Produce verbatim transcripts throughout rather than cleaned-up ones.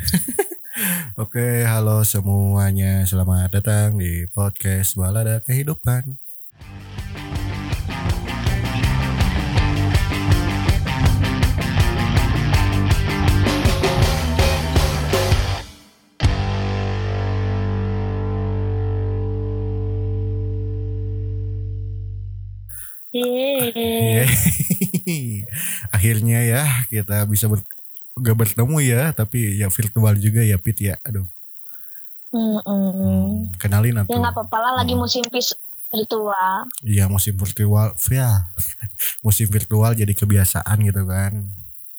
Oke, halo semuanya. Selamat datang di podcast Balada Kehidupan. Yeay. Akhirnya ya kita bisa ber- gak bertemu ya, tapi ya virtual juga ya Pit ya. Aduh. Hmm, kenalin Ya atuh. nggak apa-apa lah, lagi Hmm. musim pis virtual. Iya, musim virtual, ya. Musim virtual jadi kebiasaan gitu kan.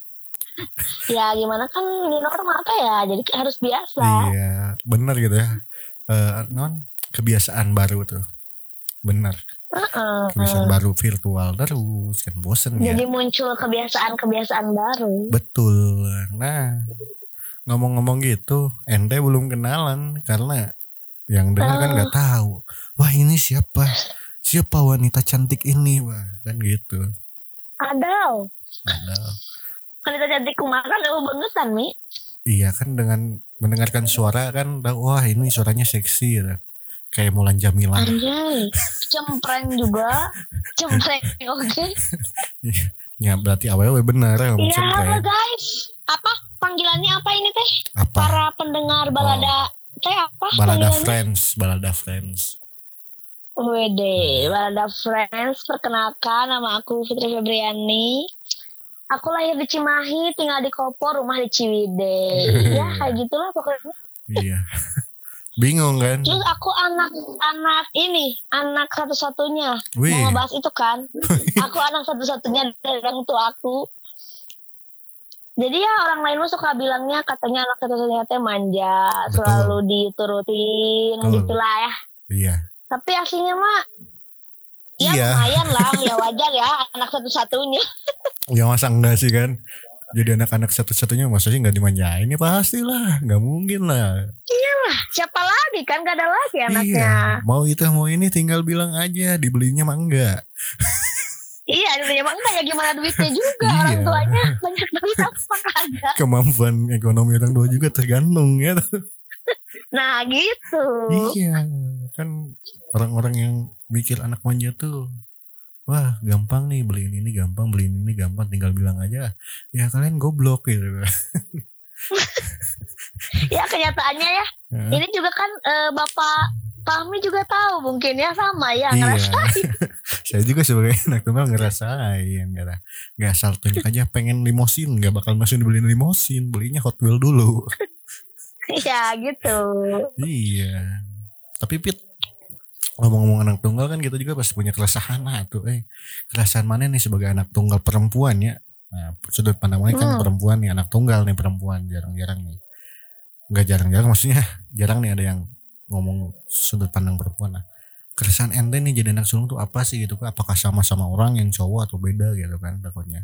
Ya gimana kan di normal apa ya, jadi harus biasa. Iya, benar gitu ya. Eh, non kebiasaan baru tuh. Benar. Uh-uh. Kebiasaan baru virtual terus kan bosen ya. Jadi muncul kebiasaan-kebiasaan baru. Betul. Nah, ngomong-ngomong gitu, ente belum kenalan karena yang dengar kan nggak tahu. Wah, ini siapa? Siapa wanita cantik ini? Wah, kan gitu. Ada. Ada. Wanita cantik kumaha kan udah bangetan, Mi. Iya kan, dengan mendengarkan suara kan tahu, wah ini suaranya seksi ya. Kayak Mulan Jamila. Anjay. Cempreng juga. Cempreng, oke. Okay. Ya berarti awalnya benar ya ngomong Iya, cempreng. guys. Apa panggilannya apa ini teh? Apa? Para pendengar balada oh. teh apa? Balada Friends, Balada Friends. Wede, Balada Friends. Perkenalkan, nama aku Fitri Febriani. Aku lahir di Cimahi, tinggal di Kopo, rumah di Ciwidey. Ya kayak gitulah pokoknya. Iya. Bingung kan? Terus aku anak-anak ini, anak satu-satunya. Wih. Mau ngebahas itu kan? Aku anak satu-satunya dari orang tua aku. Jadi ya orang lain mah suka bilangnya katanya anak satu-satunya teh manja, betul, selalu diturutin, betul, gitulah ya. Iya. Tapi aslinya mah ya iya. lumayan lah, ya wajar ya anak satu-satunya. Ya masa enggak sih kan? Jadi anak-anak satu-satunya maksudnya nggak dimanjain ya pastilah, nggak mungkin lah. Iyalah, siapa lagi kan gak ada lagi anaknya. Iya, mau itu mau ini tinggal bilang aja, dibelinya mah enggak. Iya, dibelinya mah enggak ya gimana duitnya juga. Iya. Orang tuanya banyak duit apa kagak. Kemampuan ekonomi orang tua juga tergantung ya. Nah gitu. Iya, kan orang-orang yang mikir anak manja tuh, wah gampang nih beliin ini, gampang beliin ini, gampang tinggal bilang aja. Ya kalian goblok gitu. Ya kenyataannya ya. Ya. Ini juga kan e, Bapak Fahmi juga tahu mungkin ya sama ya iya. ngerasain. Saya juga sebagai anak tunggal ngerasain, nggak nggak asal tunjuk aja pengen limosin, nggak bakal langsung dibeliin limosin, belinya Hot Wheels dulu. Iya gitu. Iya. Tapi Pit, ngomong-ngomong anak tunggal kan kita juga pasti punya keresahan lah tuh. Eh, keresahan mana nih sebagai anak tunggal perempuan ya? Nah, sudut pandangnya kan hmm. perempuan nih, anak tunggal nih perempuan, jarang-jarang nih. Enggak jarang-jarang, maksudnya jarang nih ada yang ngomong sudut pandang perempuan lah. Keresahan ente nih jadi anak sulung tuh apa sih gitu kan? Apakah sama-sama orang yang cowok atau beda gitu kan takutnya?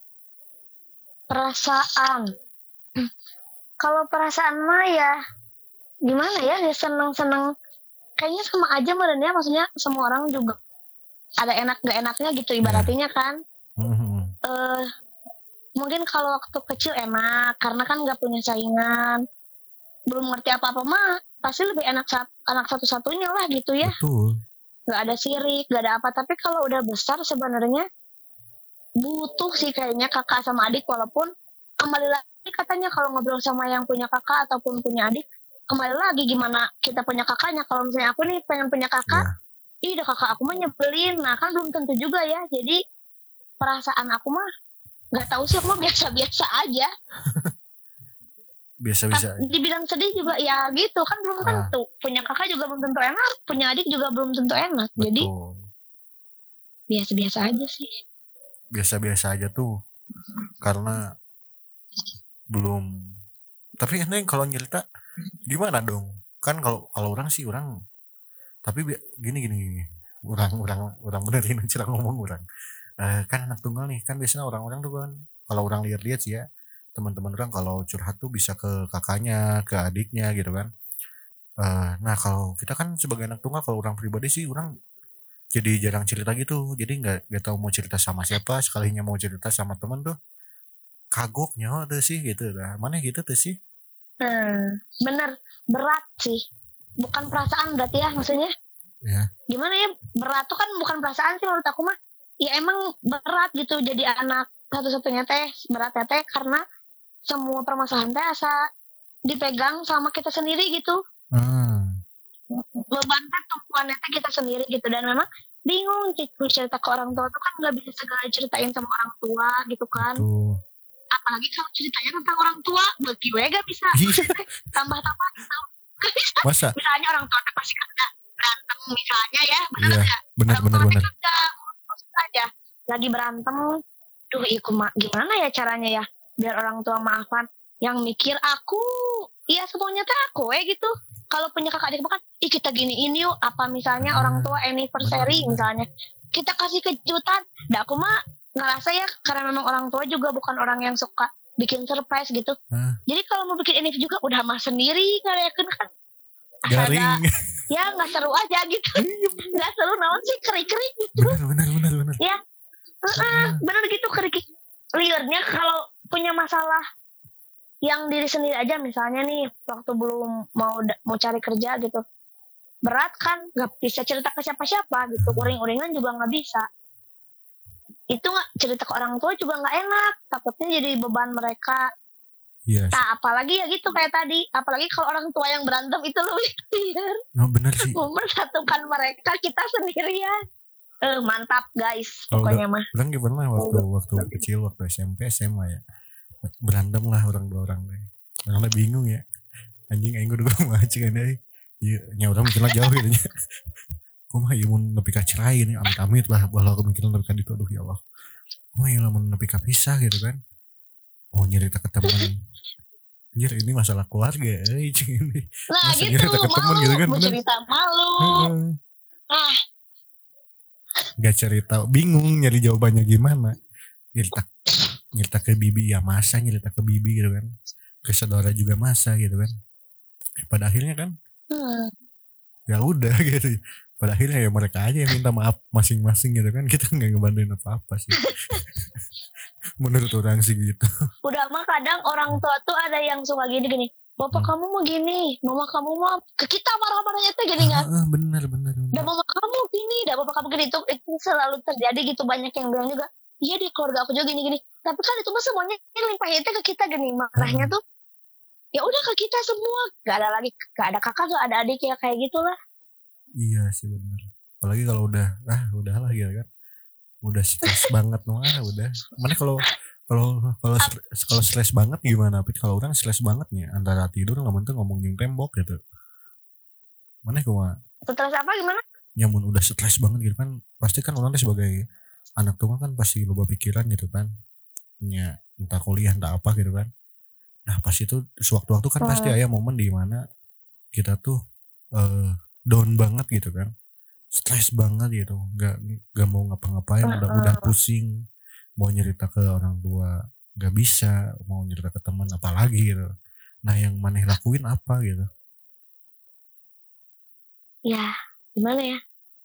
Perasaan. Kalau perasaan mah ya gimana ya, ya seneng-seneng. Kayaknya sama aja merenya, maksudnya semua orang juga ada enak gak enaknya gitu ibaratnya yeah. kan. Mm-hmm. Uh, mungkin kalau waktu kecil enak karena kan gak punya saingan, belum ngerti apa-apa mah pasti lebih enak saat anak satu-satunya lah gitu ya. Betul. Gak ada sirik, gak ada apa. Tapi kalau udah besar sebenarnya butuh sih kayaknya kakak sama adik, walaupun kembali lagi katanya kalau ngobrol sama yang punya kakak ataupun punya adik, kembali lagi gimana kita punya kakaknya. Kalau misalnya aku nih pengen punya kakak, ya. Ih udah kakak aku mah nyebelin, nah kan belum tentu juga ya. Jadi perasaan aku mah gak tahu sih, aku mah biasa-biasa aja. Biasa-biasa. Dibilang sedih juga ya gitu kan belum tentu. Ah. Punya kakak juga belum tentu enak, punya adik juga belum tentu enak. Betul. Jadi biasa-biasa aja sih. Biasa-biasa aja tuh, karena belum. Tapi ente kalau nyerita gimana dong? Kan kalau kalau orang sih orang. Tapi gini gini gini. Orang orang orang benerin cerah ngomong orang. Uh, kan anak tunggal nih, kan biasanya orang-orang tuh kan kalau orang lihat-lihat sih ya, teman-teman orang kalau curhat tuh bisa ke kakaknya, ke adiknya gitu kan. Uh, nah kalau kita kan sebagai anak tunggal, kalau orang pribadi sih orang jadi jarang cerita gitu. Jadi nggak nggak tahu mau cerita sama siapa. Sekalinya mau cerita sama teman tuh kagoknya tuh sih gitu lah. Mana gitu tuh sih. Hmm, bener, berat sih. Bukan perasaan berarti ya maksudnya. Ya. Gimana ya, berat tuh kan bukan perasaan sih menurut aku mah. Ya emang berat gitu jadi anak satu-satunya teh beratnya teh karena semua permasalahan teh asa dipegang sama kita sendiri gitu. Hmm. Beban teh tumpuannya teh kita sendiri gitu dan memang bingung gitu cerita ke orang tua tuh kan nggak bisa segala ceritain sama orang tua gitu kan. Betul. Apalagi kalau ceritanya tentang orang tua buat gue gak bisa tambah-tambah gitu. Gak bisa. Masa? Misalnya orang tua pasti kan gak berantem misalnya ya, benar Iya, gak? benar Orang benar tua benar. kan gak ngurus aja lagi berantem. Duh, iku ma- gimana ya caranya ya biar orang tua maafan, yang mikir aku ya semuanya tuh aku ya gitu. Kalau punya kakak adik kan, ih kita giniin yuk, apa misalnya Ah, orang tua anniversary benar, benar. misalnya, kita kasih kejutan. Nah aku mah ngerasa ya karena memang orang tua juga bukan orang yang suka bikin surprise gitu. Ah. Jadi kalau mau bikin anniversary juga udah mah sendiri ngerayain kan. Garing. Ya nggak seru aja gitu. Nggak seru naon sih keri-keri gitu. Benar benar benar benar. Ya, uh-uh, bener gitu keri-keri. Liarnya kalau punya masalah yang diri sendiri aja misalnya nih waktu belum mau mau cari kerja gitu berat kan nggak bisa cerita ke siapa-siapa gitu, uring-uringan juga nggak bisa, itu nggak cerita ke orang tua juga nggak enak, takutnya jadi beban mereka. Iya. Nah apalagi ya gitu kayak tadi, apalagi kalau orang tua yang berantem itu lebih liar. Oh, bener sih. Mempersatukan mereka, kita sendirian. Eh mantap guys oh, pokoknya mah. Orang gimana waktu waktu kecil waktu S M P S M A ya berantem lah orang dua orang deh. Orang bingung ya. Anjing aing udah mah cing deh. Iya, nya orang mikirnya jauh gitu nya. Kumaha ieu mun nepi ka cerai ini amit-amit lah baheula aku mikirin nepi ka ditu aduh ya Allah. Kumaha ieu lamun nepi ka pisah gitu kan. Oh nyerita ke teman. Anjir ini masalah keluarga euy cing ini. Nah Masa gitu nyerita ke teman gitu kan mau bener. cerita malu. Ah gak cerita bingung nyari jawabannya gimana. Nyerita nyerita ke bibi ya masa nyerita ke bibi gitu kan, ke saudara juga masa gitu kan. Pada akhirnya kan hmm. ya udah gitu, pada akhirnya ya mereka aja yang minta maaf masing-masing gitu kan, kita nggak ngebantuin apa-apa sih. Menurut orang sih gitu. Udah mah kadang orang tua tuh ada yang suka gini gini, bapak hmm. kamu mau gini, mama kamu mau ke kita marah-marahnya tuh gini kan. Ah, bener bener. Dan mama kamu gini, dan bapak kamu gini, itu, itu selalu terjadi gitu, banyak yang bilang juga iya di keluarga aku juga gini-gini, tapi kan itu mah semuanya limpahin ke kita gini, marahnya tuh ya udah ke kita semua, gak ada lagi, gak ada kakak, gak ada adik ya kayak gitulah. Iya sih bener, apalagi kalau udah ah udahlah gitu kan, udah stres banget noh ah udah. Mana kalau kalau kalau kalau stres banget gimana? Tapi kalau orang stres banget nih antara tidur nggak tuh ngomong jeung tembok gitu. Mana kumaha? Stres apa gimana? Nyamun udah stres banget gitu kan, pasti kan orang sebagai anak tua kan pasti loba pikiran gitu kan, ya entah kuliah entah apa gitu kan. Nah pas itu sewaktu-waktu kan hmm. pasti ada momen di mana kita tuh uh, down banget gitu kan, stres banget gitu, nggak nggak mau ngapa-ngapain, udah udah pusing, mau nyerita ke orang tua nggak bisa, mau nyerita ke teman apalagi gitu. Nah yang maneh lakuin apa gitu? Ya gimana ya,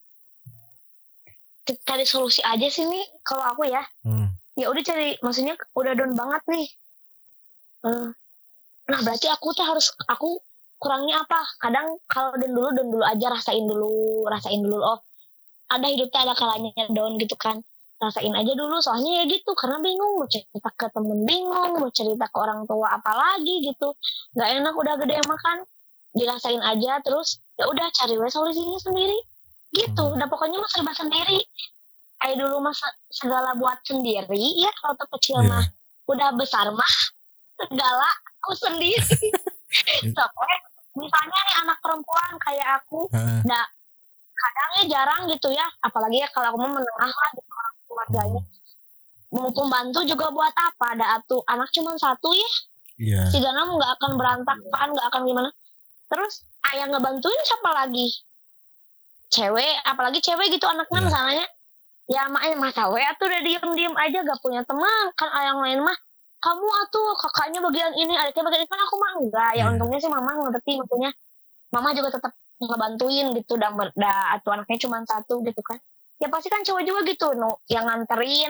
cari solusi aja sih nih kalau aku ya. hmm. Ya udah cari, maksudnya udah down banget nih, uh, nah berarti aku tuh harus, aku kurangnya apa, kadang kalau down dulu down dulu aja, rasain dulu rasain dulu oh ada hidupnya ada kalanya down gitu kan, rasain aja dulu, soalnya ya gitu, karena bingung mau cerita ke temen, bingung mau cerita ke orang tua apalagi gitu, nggak enak udah gede makan, dirasain aja terus ya udah cari we solusinya sendiri gitu. Udah pokoknya mah serba sendiri, kayak dulu mah segala buat sendiri ya, waktu kecil yeah. mah udah besar mah segala aku sendiri. Sampai misalnya nih anak perempuan kayak aku, nggak kadangnya jarang gitu ya, apalagi ya kalau aku mau menengah lah di orang keluarganya, mau pembantu juga buat apa, ada atuh anak cuma satu ya, yeah. si Ganam nggak akan berantakan, nggak akan gimana, terus ayah ngebantuin siapa lagi, cewek, apalagi cewek gitu anaknya yeah. misalnya, ya maknya masa we atuh udah diem-diem aja gak punya teman, kan ayah yang lain mah kamu atuh kakaknya bagian ini, adiknya bagian ini, kan aku mah enggak ya, yeah. untungnya sih mama ngerti, maksudnya mama juga tetap ngebantuin gitu, dan da, atuh anaknya cuma satu gitu kan, ya pasti kan cowok juga gitu no, yang nganterin,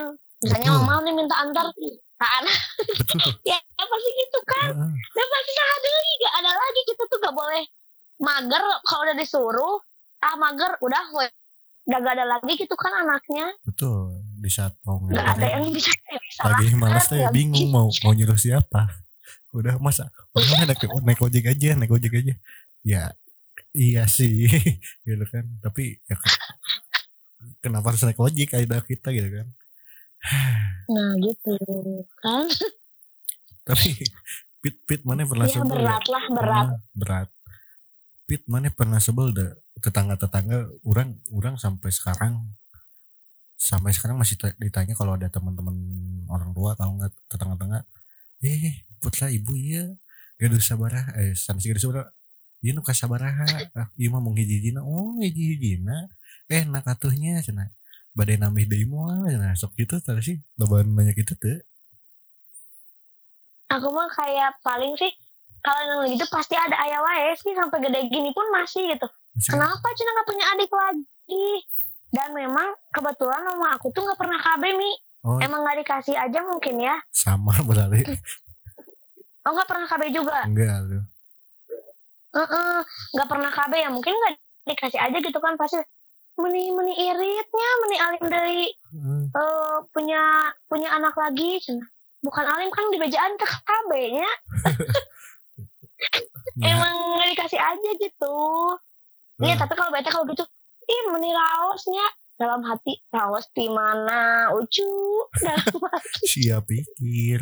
Misalnya Betul. mama nih minta antar ke anak. Betul. Ya apa sih gitu kan. Heeh. Dan pasti ada lagi, gak ada lagi, kita tuh gak boleh mager kalau udah disuruh. Ah mager, udah we. Udah gak ada lagi gitu kan anaknya. Betul. Di saat mau Gak ada nganterin yang bisa lagi malas tuh ya nggak bingung bisa. mau mau nyuruh siapa. Udah masa udah lah, naik, naik ojek aja, naik ojek aja. Ya iya sih gitu kan. Tapi ya, kenapa harus naik ojek ada kita gitu kan. Nah gitu kan. Tapi Pit Pit mana pernah Ya sebel ya? berat lah, berat. Pernah, berat. Pit mana pernah sebel dah tetangga-tetangga orang orang sampai sekarang sampai sekarang masih t- ditanya kalau ada teman-teman orang tua kalau nggak tetangga-tetangga, eh putra ibu iya gak dosa sabaraha eh sampai gak dosa sabaraha iya nu kasabaraha ah, iya mah mau hiji-hijina oh hiji-hijina eh nak atuhnya cenah badai nambah deui moal cenah sok gitu terus sih beban banyak itu tuh. Aku mah kayak paling sih kalau yang gitu pasti ada ayah wae sih, sampai gede gini pun masih gitu. Masih Kenapa Cina nggak punya adik lagi? Dan memang kebetulan mama aku tuh nggak pernah K B Mi. oh Emang nggak dikasih aja mungkin ya. sama berarti Oh nggak pernah K B juga. enggak tuh. Heeh, nggak pernah K B ya, mungkin nggak dikasih aja gitu kan, pasti meni meni iritnya, meni alim dari Hmm. eh, punya punya anak lagi Cina. Bukan alim kan di bejaan ke K B-nya. Ya, Emang nggak dikasih aja gitu. Iya, eh, tapi kalau bete kalau gitu, ih meni raosnya dalam hati, raos di mana ucu dalam hati. siap pikir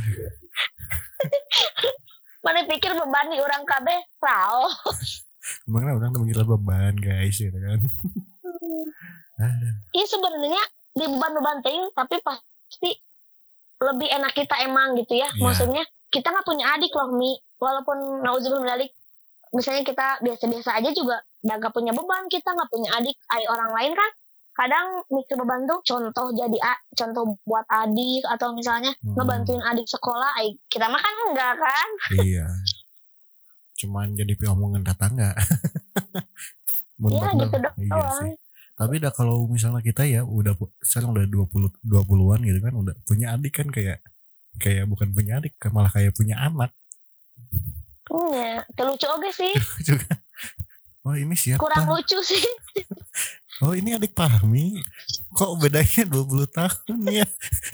Mana pikir beban di orang K B raos. emang orang tuh mengira beban guys gitu kan. Aduh. Iya sebenarnya di beban-beban ting, tapi pasti lebih enak kita emang gitu ya. Iya. Maksudnya kita nggak punya adik loh Mi, walaupun nauzubillah min dzalik, misalnya kita biasa-biasa aja juga udah nggak punya beban, kita nggak punya adik. Ay, orang lain kan kadang mikir beban tuh contoh jadi a- contoh buat adik atau misalnya Hmm. ngebantuin adik sekolah. Ay, kita mah kan enggak kan. Iya. Cuman jadi omongan tetangga. Mun Iya bener, gitu doang. iya sih. Tapi dah kalau misalnya kita ya udah pu- sekarang udah dua puluh dua puluhan gitu kan udah punya adik kan kayak kayak bukan punya adik malah kayak punya anak. Iya, terlucu oke sih. Juga. Oh ini siapa? Kurang lucu sih. Oh ini adik Fahmi. Kok bedanya dua puluh tahun ya?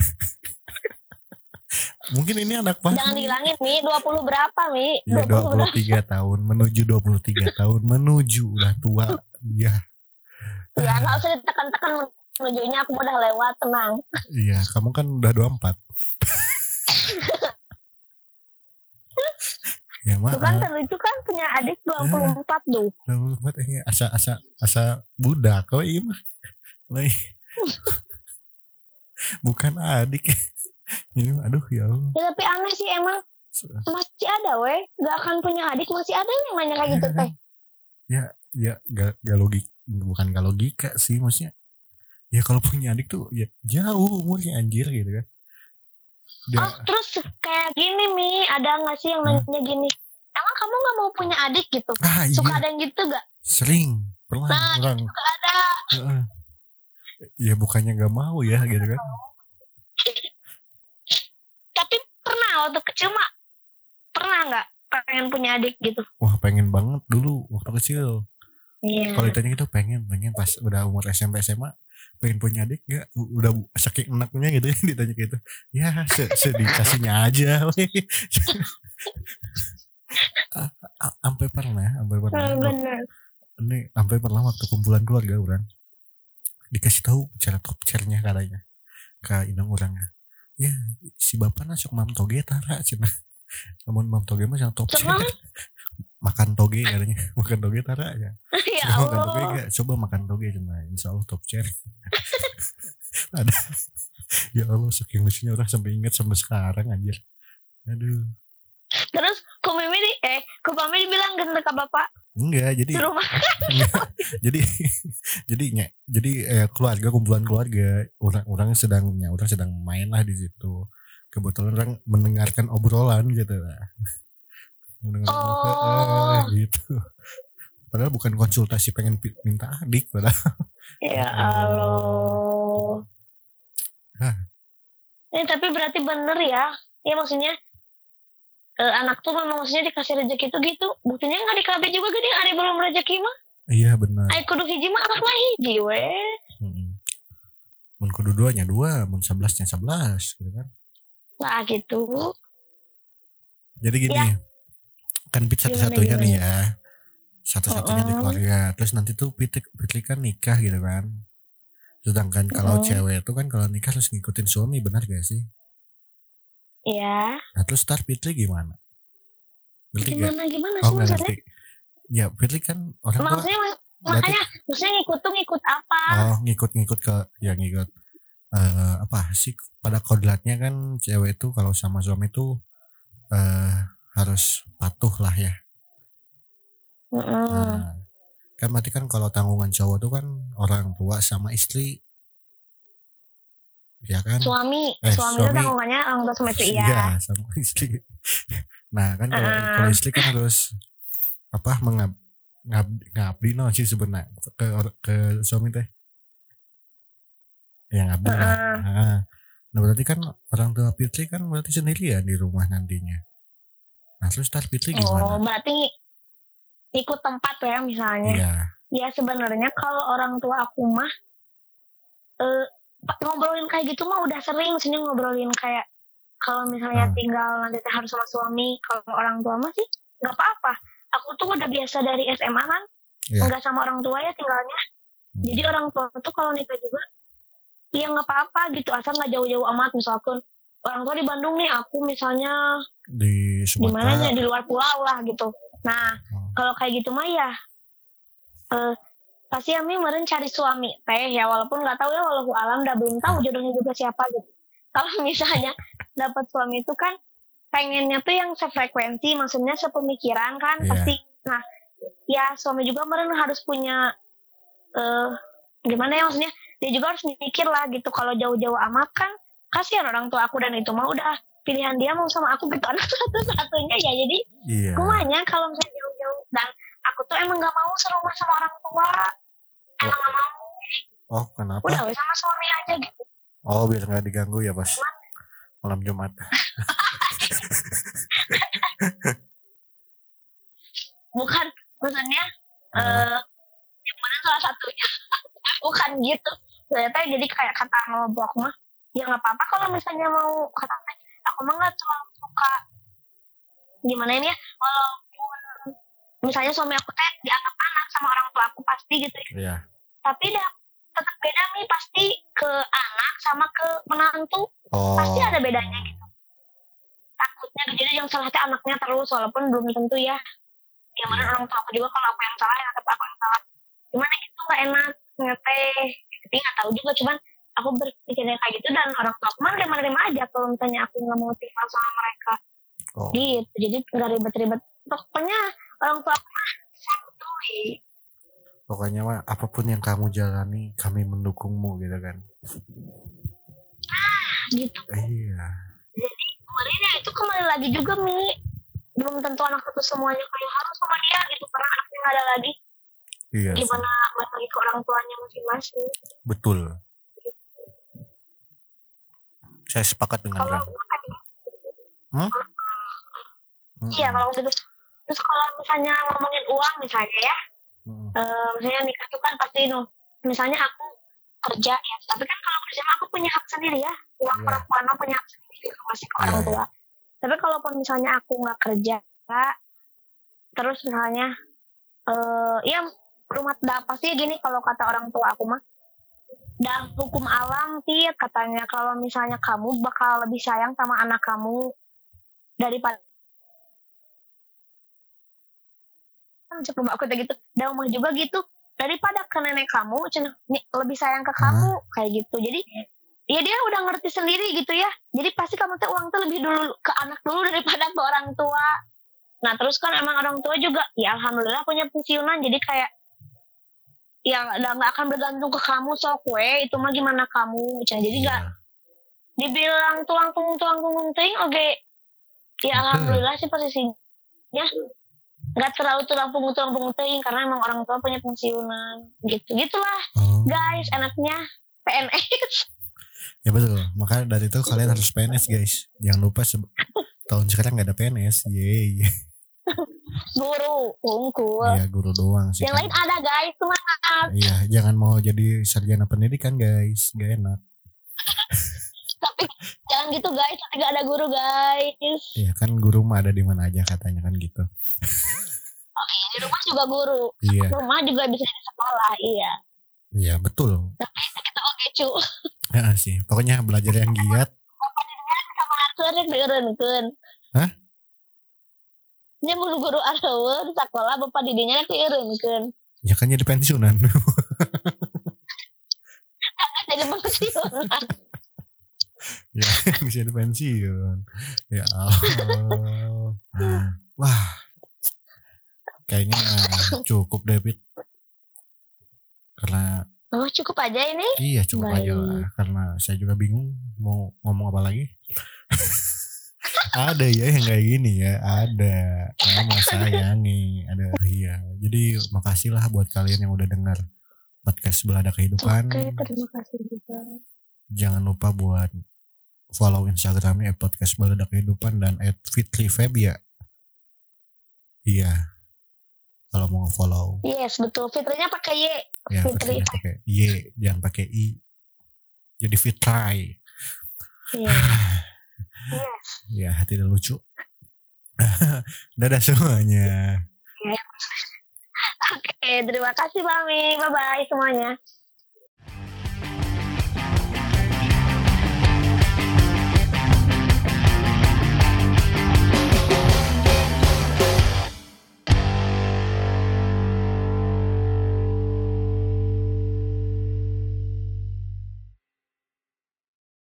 Mungkin ini anak Fahmi. Jangan dihilangin Mi, dua puluh berapa Mi? Ya dua puluh dua puluh tiga tahun menuju dua puluh tiga tahun menuju udah tua. Iya. Ya nggak usah ditekan-tekan menujunya, aku udah lewat, tenang. Iya, kamu kan udah dua puluh empat. Ya Tuh kan maaf. terlucu kan punya adik dua puluh empat tuh. dua puluh empat ini asa asa asa budak kok ini mah. Lai. Bukan adik. Ini mah, aduh ya Allah. Ya tapi aneh sih emang, masih ada weh, gak akan punya adik, masih ada yang nanya kayak gitu teh. Ya ya gak, gak logik bukan gak logika sih maksudnya. Ya kalau punya adik tuh ya jauh umurnya anjir gitu kan. Dia, Oh terus kayak gini Mi, ada gak sih yang Hmm. nanya gini, emang kamu gak mau punya adik gitu? ah Suka iya ada yang gitu gak? sering pernah Nah orang. itu ada. Heeh. Ya bukannya gak mau ya gitu kan. Tapi pernah waktu kecil mah, pernah gak pengen punya adik gitu? Wah pengen banget dulu waktu kecil. Iya. Kalau ditanya gitu pengen pengen pas udah umur S M P S M A pengen punya adik nggak U- udah saking enaknya gitu ya ditanya gitu ya se sedikasihnya aja weh. A- a- sampai pernah sampai pernah Nah, bener. ini sampai pernah waktu kumpulan keluarga orang dikasih tahu cara top chairnya katanya ke indang orangnya ya si bapak nasuk mam toge tara cina namun mam toge mah yang top chair Cuman makan toge katanya makan toge tara ya ya coba makan toge Allah. gak coba makan toge cina insya Allah top chair ada ya Allah saking lucunya orang sampai ingat sampai sekarang anjir aduh Terus ku Mimi di, eh ku Mimi dibilang gendek ke bapak enggak jadi di rumah. enggak, jadi jadi nye- jadi eh, keluarga kumpulan keluarga orang-orang sedangnya orang sedang main lah di situ kebetulan orang mendengarkan obrolan gitu lah mendengar Oh. eh, gitu padahal bukan konsultasi pengen pi- minta adik padahal Ya Allah. Eh, tapi berarti bener ya. Ya maksudnya eh, anak tuh memang maksudnya dikasih rezeki itu gitu. Buktinya nggak dikabeh juga gede hari belum rezeki mah. Iya benar. Ay kudu hiji mah anak mah hiji we. Hmm. Mun kudu duanya dua, mun sebelasnya sebelas gitu kan. Lah gitu. Jadi gini, Ya. kan Pit Gimana, satu-satunya nih gimana? ya. Satu-satunya di Mm-mm. keluarga. Terus nanti tuh Pitli, Pitli kan nikah gitu kan. Sedangkan kalau Mm-mm. cewek itu kan kalau nikah harus ngikutin suami, benar gak sih? Iya. Nah terus ntar Pitli gimana? Ngerti gak? Gimana gimana Oh sih gak maksudnya? ngerti. Ya Pitli kan orang tua. Maksudnya mas- Berarti, makanya maksudnya ngikut tuh ngikut apa? oh ngikut-ngikut ke, ya ngikut. eh apa sih pada kodratnya kan cewek itu kalau sama suami itu eh harus patuh lah ya. Mm-mm. Nah, kan berarti kan kalau tanggungan cowok tuh kan orang tua sama istri, ya kan? Suami, Eh, suami, itu suami. tanggungannya orang tua sama istri Iya, ya. sama istri. Nah kan kalau Uh-uh. kalau istri kan harus apa mengab ngab, ngabdi no sih sebenarnya ke ke suami teh. Ya ngabdi lah. Uh-uh. Nah, nah berarti kan orang tua Fitri kan berarti sendirian di rumah nantinya. Nah terus tar Fitri Oh, gimana? berarti ikut tempat ya misalnya. Iya. Ya sebenarnya kalau orang tua aku mah eh, ngobrolin kayak gitu mah udah sering sini ngobrolin kayak kalau misalnya Hmm. tinggal nanti teh harus sama suami. Kalau orang tua mah sih nggak apa-apa. Aku tuh udah biasa dari S M A kan, Iya. nggak sama orang tua ya tinggalnya. Hmm. Jadi orang tua tuh kalau nikah juga, ya nggak apa-apa gitu asal nggak jauh-jauh amat. Misalkan orang tua di Bandung nih, aku misalnya Di di mana Sumatera. di luar pulau lah gitu. Nah Oh. kalau kayak gitu mah ya eh, pasti Ami meren cari suami teh ya, walaupun nggak tahu ya, walau alam udah belum tahu jodohnya juga siapa gitu. Kalau misalnya dapat suami itu kan pengennya tuh yang sefrekuensi, maksudnya sepemikiran kan. Iya. Pasti. Nah ya suami juga meren harus punya eh gimana ya maksudnya, dia juga harus mikir lah gitu. Kalau jauh-jauh amat kan kasihan orang tua aku, dan itu mah udah pilihan dia mau sama aku gitu, anak satu-satunya ya. Jadi Iya. kumanya kalau misalnya jauh-jauh, dan aku tuh emang gak mau serumah sama orang tua, emang gak mau. Oh kenapa? Udah we sama suami aja gitu. Oh biar nggak diganggu ya pas malam Jumat. Bukan maksudnya Ah. eh yang mana salah satunya. Bukan gitu. Ternyata jadi kayak kata ngelobok mah, ya nggak apa-apa kalau misalnya mau kata aku mah nggak terlalu suka gimana ini ya, walaupun misalnya suami aku teh dianggap anak sama orang tua aku pasti gitu ya. Iya. Tapi dah tetap beda nih pasti ke anak sama ke menantu. Oh. Pasti ada bedanya gitu. Takutnya jadi yang salah teh anaknya terus, walaupun belum tentu ya. Yang mana Iya. orang tua aku juga kalau aku yang salah ya tetap aku yang salah. Gimana gitu nggak enak ngeteh. Tapi nggak tahu juga, cuman aku berpikirnya kayak gitu, dan orang tua aku mah nerima-nerima aja kalau misalnya aku nggak mau tinggal sama mereka. Oh. Gitu. Jadi nggak ribet-ribet. Pokoknya orang tua aku mah santuy. Pokoknya mah apapun yang kamu jalani kami mendukungmu gitu kan. Gitu. Iya. Jadi kemarin ya itu kembali lagi juga Mi, belum tentu anak itu semuanya kayak harus sama dia gitu, karena anaknya nggak ada lagi. Iya. sih. Gimana balik lagi ke orang tuanya masing-masing. Betul. Saya sepakat dengan Kalau kamu. Hmm? Hmm. iya kalau gitu. Terus kalau misalnya ngomongin uang misalnya ya, Hmm. eh, misalnya nikah tuh kan pasti no, misalnya aku kerja ya, tapi kan kalau kerja mah aku punya hak sendiri ya, uang Iya. perempuan mah punya hak sendiri gitu, masih ke Iya, orang iya. tua. Tapi kalaupun misalnya aku nggak kerja, terus misalnya eh ya rumah dah pasti gini, kalau kata orang tua aku mah, dah hukum alam sih katanya, kalau misalnya kamu bakal lebih sayang sama anak kamu daripada coba aku kayak gitu, dan mah juga gitu, daripada ke nenek kamu cenah nih, lebih sayang ke kamu kayak gitu. Jadi ya dia udah ngerti sendiri gitu ya, jadi pasti kamu tuh uang tuh lebih dulu ke anak dulu daripada ke orang tua. Nah terus kan emang orang tua juga ya alhamdulillah punya pensiunan, jadi kayak ya udah nggak akan bergantung ke kamu, sok we itu mah gimana kamu cenah. Jadi nggak Iya. dibilang tulang punggung tulang punggung ting oke, ya alhamdulillah sih posisinya nggak terlalu tulang punggung tulang punggung ting, karena emang orang tua punya pensiunan gitu gitulah Oh. guys, enaknya P N S. Ya betul. Maka dari itu kalian harus P N S guys. Jangan lupa se- tahun sekarang nggak ada P N S. Yeay. Guru, unggul. Iya guru doang sih. Yang kan. lain ada guys, semangat. Iya, jangan mau jadi sarjana pendidikan guys, gak enak. Tapi jangan gitu guys, tapi gak ada guru guys. Iya kan guru mah ada di mana aja katanya kan gitu. Oke, di rumah juga guru. Iya. Di rumah juga bisa di sekolah, iya. Iya betul. Tapi kita oke cu. Ya sih, pokoknya belajar yang giat. Sama akhirnya dieureunkeun. Hah? Nya mun guru arawe di sekolah bapak didinya dieureunkeun. Ya kan jadi pensiunan. Jadi pensiunan. Ya bisa di pensiun. Ya Allah. Wah. Kayaknya cukup David. Karena Oh cukup aja ini? iya cukup Baik. aja lah. Karena saya juga bingung mau ngomong apa lagi. Ada ya yang kayak gini ya. Ada. Mama sayangi. Ada. Iya. Jadi makasih lah buat kalian yang udah dengar podcast Belada Kehidupan. Oke, terima kasih juga. Jangan lupa buat follow Instagramnya at podcast Belada Kehidupan dan at Fitri Febia. Iya. Kalau mau follow. Yes, betul. Fitrinya pakai Y. Ya, Fitri. pakai Y, jangan pakai I. Jadi Fitrai. Iya. Yes. Ya, tidak lucu. Dadah semuanya. Oke, terima kasih Mami. Bye-bye semuanya.